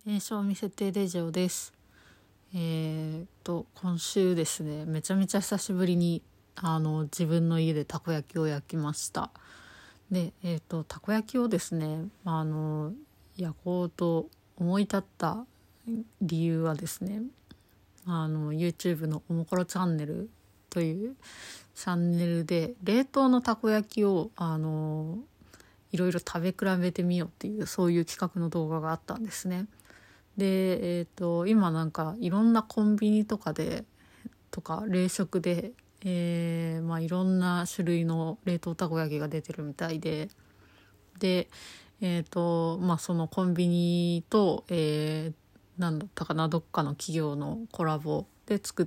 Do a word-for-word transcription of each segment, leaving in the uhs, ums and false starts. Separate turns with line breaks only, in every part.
検証見せてレジオです。えー、と今週ですね、めちゃめちゃ久しぶりにあの自分の家でたこ焼きを焼きました。で、えー、とたこ焼きをですね、あの焼こうと思い立った理由はですね、あの YouTube のおもころチャンネルというチャンネルで冷凍のたこ焼きをあのいろいろ食べ比べてみようっていう、そういう企画の動画があったんですね。で、えー、と今なんかいろんなコンビニとかでとか冷食で、えーまあ、いろんな種類の冷凍たこ焼きが出てるみたいで、で、えーとまあ、そのコンビニと、えー、なんだったかな、どっかの企業のコラボで作った、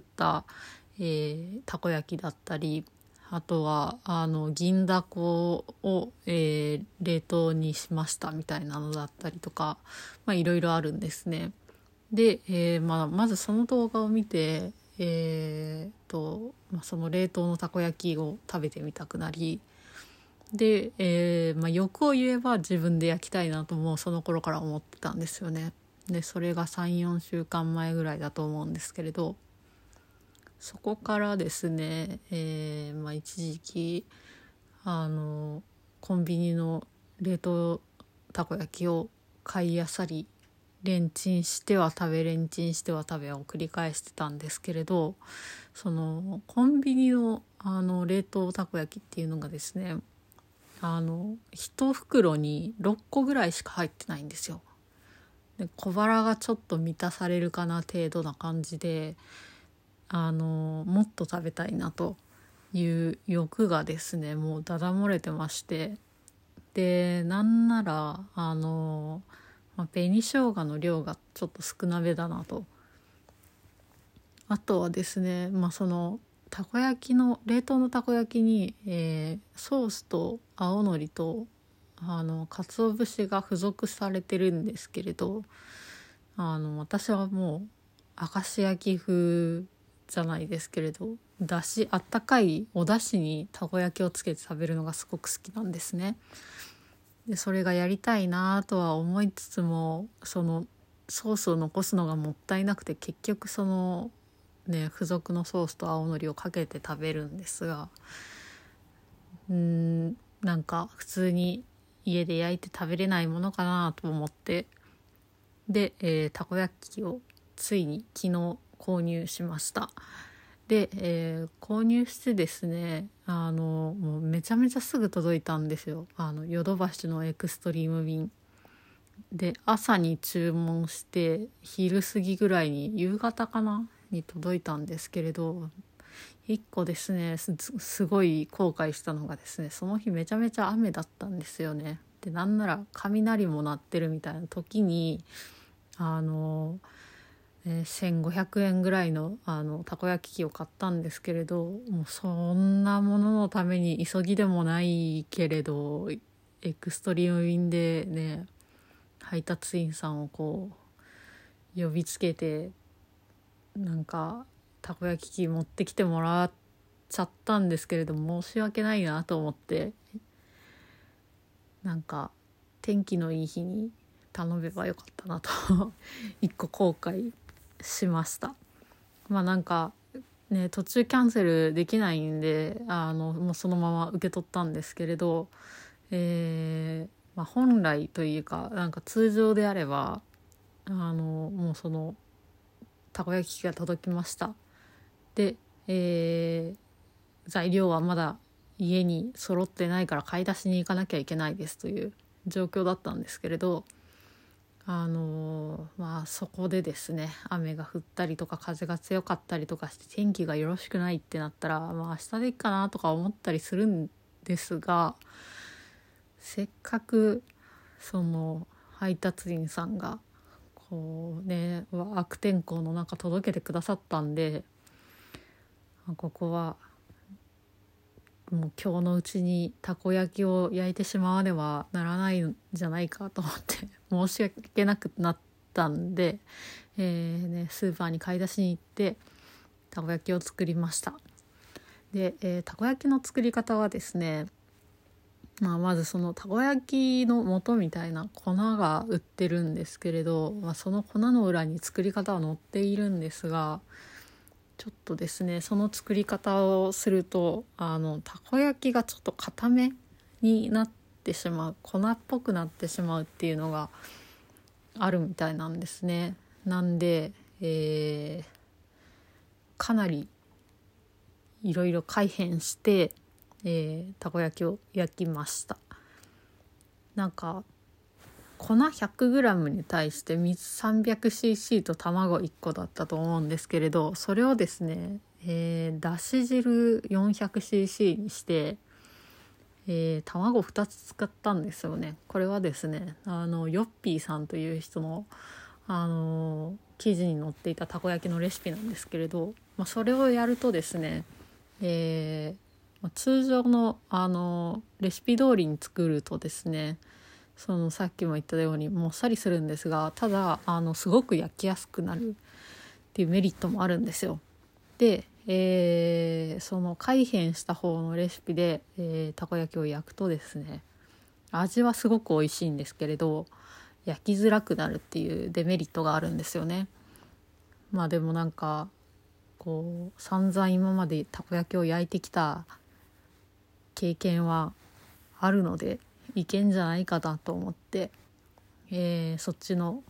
えー、たこ焼きだったり、あとはあの銀だこを、えー、冷凍にしましたみたいなのだったりとか、まあ、いろいろあるんですね。で、えーまあ、まずその動画を見て、えーとまあ、その冷凍のたこ焼きを食べてみたくなり、で、えーまあ、欲を言えば自分で焼きたいなともうその頃から思ってたんですよね。でそれが さん,よん 週間前ぐらいだと思うんですけれど、そこからですね、えーまあ、一時期あのコンビニの冷凍たこ焼きを買い漁り、レンチンしては食べレンチンしては食べを繰り返してたんですけれど、そのコンビニのあの冷凍たこ焼きっていうのがですね、あの一袋にろっこぐらいしか入ってないんですよ。で小腹がちょっと満たされるかな程度な感じで、あのもっと食べたいなという欲がですね、もうだだ漏れてまして、でなんならあの、まあ、紅生姜の量がちょっと少なめだなと。あとはですね、まあそのたこ焼きの冷凍のたこ焼きに、えー、ソースと青のりとあの鰹節が付属されてるんですけれど、あの私はもう明石焼き風じゃないですけれど、だしあったかいお出汁にたこ焼きをつけて食べるのがすごく好きなんですね。でそれがやりたいなとは思いつつも、そのソースを残すのがもったいなくて、結局そのね付属のソースと青のりをかけて食べるんですが、うーんなんか普通に家で焼いて食べれないものかなと思って、で、えー、たこ焼きをついに昨日購入しました。で、えー、購入してですね、あのもうめちゃめちゃすぐ届いたんですよ。あのヨドバシのエクストリーム便で、朝に注文して昼過ぎぐらいに、夕方かなに届いたんですけれど、一個ですね す, すごい後悔したのがですね、その日めちゃめちゃ雨だったんですよね。でなんなら雷も鳴ってるみたいな時に、あの、えー、せんごひゃくえんぐらいのあのたこ焼き器を買ったんですけれど、もうそんなもののために急ぎでもないけれどエクストリーム便でね、配達員さんをこう呼びつけて、なんかたこ焼き器持ってきてもらっちゃったんですけれど、申し訳ないなと思って、なんか天気のいい日に頼めばよかったなと一個後悔しました。まあなんかね、途中キャンセルできないんで、あのもうそのまま受け取ったんですけれど、えーまあ、本来というか、なんか通常であればあのもうそのたこ焼き器が届きました。で、えー、材料はまだ家に揃ってないから買い出しに行かなきゃいけないですという状況だったんですけれど、あのまあそこでですね、雨が降ったりとか風が強かったりとかして天気がよろしくないってなったら、まあ明日でいいかなとか思ったりするんですが、せっかくその配達員さんがこうね悪天候の中届けてくださったんで、ここはもう今日のうちにたこ焼きを焼いてしまわねばならないんじゃないかと思って申し訳なくなったんで、えーね、スーパーに買い出しに行ってたこ焼きを作りました。で、えー、たこ焼きの作り方はですね、 まあ、まずそのたこ焼きの素みたいな粉が売ってるんですけれど、まあ、その粉の裏に作り方は載っているんですが、ちょっとですねその作り方をするとあのたこ焼きがちょっと固めになってしまう、粉っぽくなってしまうっていうのがあるみたいなんですね。なんで、えー、かなりいろいろ改変して、えー、たこ焼きを焼きました。なんか粉 ひゃくグラム に対して水 さんびゃくシーシー と卵いっこだったと思うんですけれど、それをですね、えー、だし汁 よんひゃくシーシー にして、えー、卵ふたつ使ったんですよね。これはですねあのヨッピーさんという人の、あのー、記事に載っていたたこ焼きのレシピなんですけれど、まあ、それをやるとですね、えー、通常の、あのレシピ通りに作るとですね、そのさっきも言ったようにもっさりするんですが、ただあのすごく焼きやすくなるっていうメリットもあるんですよ。で、えー、その改変した方のレシピで、えー、たこ焼きを焼くとですね、味はすごく美味しいんですけれど焼きづらくなるっていうデメリットがあるんですよね。まあでもなんかこう散々今までたこ焼きを焼いてきた経験はあるのでいけんじゃないかなと思って、えー、そっちの、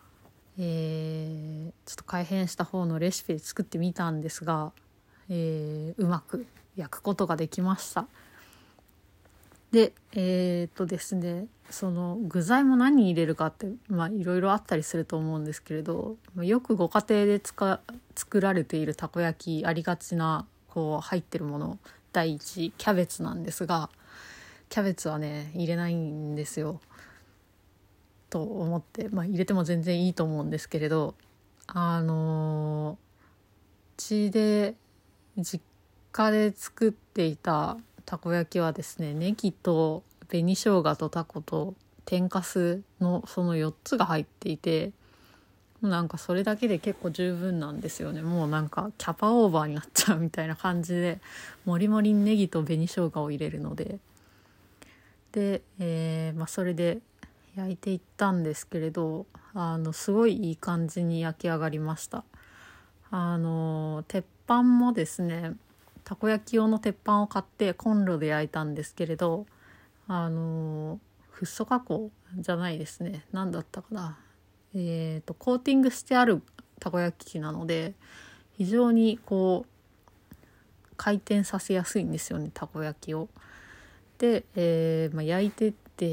えー、ちょっと改変した方のレシピで作ってみたんですが、えー、うまく焼くことができました。でえー、っとですねその具材も何入れるかってまあいろいろあったりすると思うんですけれど、よくご家庭で使作られているたこ焼きありがちなこう入ってるもの、第一キャベツなんですが、キャベツはね入れないんですよと思って、まあ入れても全然いいと思うんですけれど、あのうちで実家で作っていたたこ焼きはですね、ネギと紅生姜とタコと天かすのそのよっつが入っていて、なんかそれだけで結構十分なんですよね。もうなんかキャパオーバーになっちゃうみたいな感じで、もりもりにネギと紅生姜を入れるので、で、えーまあ、それで焼いていったんですけれど、あのすごいいい感じに焼き上がりました。あの鉄板もですね、たこ焼き用の鉄板を買ってコンロで焼いたんですけれど、あのフッ素加工じゃないですね、何だったかな、えーとコーティングしてあるたこ焼き器なので非常にこう回転させやすいんですよね、たこ焼きを。で、えーまあ、焼いてって、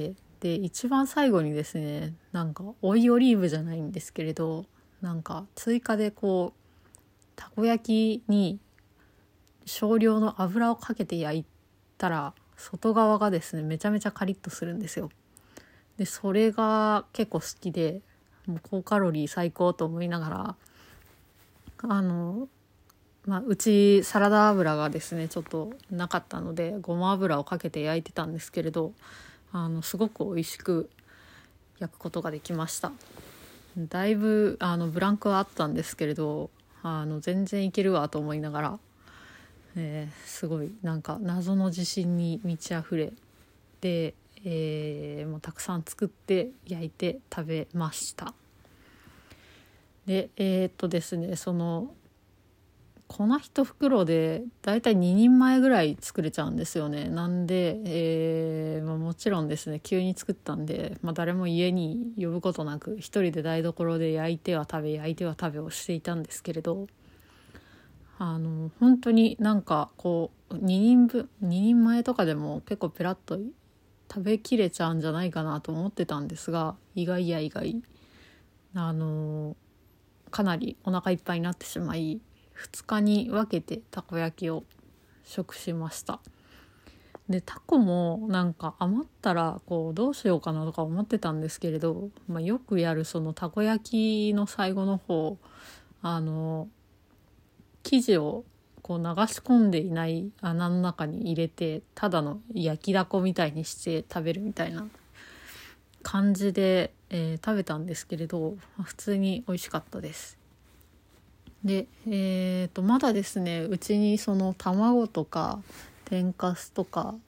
で一番最後にですね、なんか追いオリーブじゃないんですけれど、なんか追加でこうたこ焼きに少量の油をかけて焼いたら外側がですねめちゃめちゃカリッとするんですよ。でそれが結構好きで、もう高カロリー最高と思いながら、あのまあ、うちサラダ油がですねちょっとなかったのでごま油をかけて焼いてたんですけれど、あのすごく美味しく焼くことができました。だいぶあのブランクはあったんですけれど、あの全然いけるわと思いながら、えー、すごいなんか謎の自信に満ち溢れで、えー、もうたくさん作って焼いて食べました。でえー、っとですねその粉一袋でだいたいににんまえぐらい作れちゃうんですよね。なんで、えーまあ、もちろんですね急に作ったんで、まあ、誰も家に呼ぶことなく一人で台所で焼いては食べ焼いては食べをしていたんですけれど、あの本当になんかこうににんぶんににんまえとかでも結構ペラッと食べきれちゃうんじゃないかなと思ってたんですが、意外や意外あのかなりお腹いっぱいになってしまい、ふつかに分けてたこ焼きを食しました。でタコもなんか余ったらこうどうしようかなとか思ってたんですけれど、まあ、よくやるそのたこ焼きの最後の方、あの生地をこう流し込んでいない穴の中に入れてただの焼きだこみたいにして食べるみたいな感じで、えー、食べたんですけれど、普通に美味しかったです。で、えーとまだですねうちにその卵とか天かすとか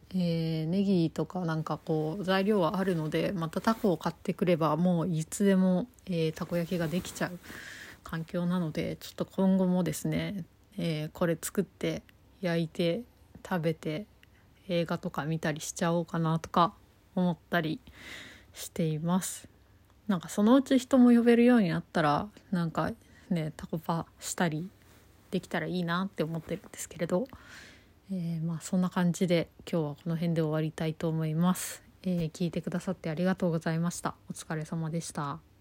えー、ネギとかなんかこう材料はあるので、またタコを買ってくればもういつでも、えー、たこ焼きができちゃう環境なので、ちょっと今後もですね、えー、これ作って焼いて食べて映画とか見たりしちゃおうかなとか思ったりしています。なんかそのうち人も呼べるようになったらなんかねタコパしたりできたらいいなって思ってるんですけれど、えー、まあそんな感じで今日はこの辺で終わりたいと思います。えー、聞いてくださってありがとうございました。お疲れ様でした。